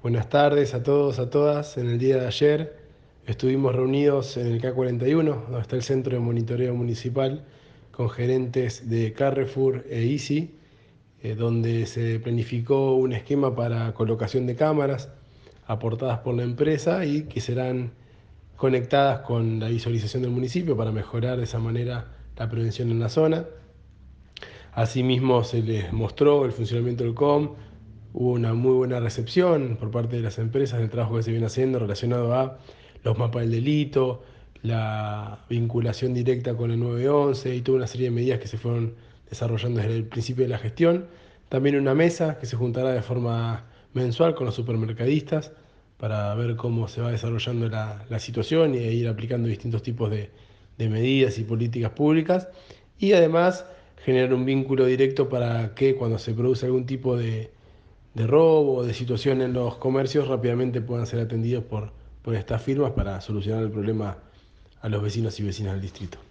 Buenas tardes a todos, a todas. En el día de ayer estuvimos reunidos en el K41, donde está el Centro de Monitoreo Municipal, con gerentes de Carrefour e Easy, donde se planificó un esquema para colocación de cámaras aportadas por la empresa y que serán conectadas con la visualización del municipio para mejorar de esa manera la prevención en la zona. Asimismo, se les mostró el funcionamiento del COM. Hubo una muy buena recepción por parte de las empresas del trabajo que se viene haciendo relacionado a los mapas del delito, la vinculación directa con el 911 y toda una serie de medidas que se fueron desarrollando desde el principio de la gestión. También una mesa que se juntará de forma mensual con los supermercadistas para ver cómo se va desarrollando la situación y ir aplicando distintos tipos de medidas y políticas públicas. Y además generar un vínculo directo para que cuando se produce algún tipo de robo o de situación en los comercios rápidamente puedan ser atendidos por estas firmas para solucionar el problema a los vecinos y vecinas del distrito.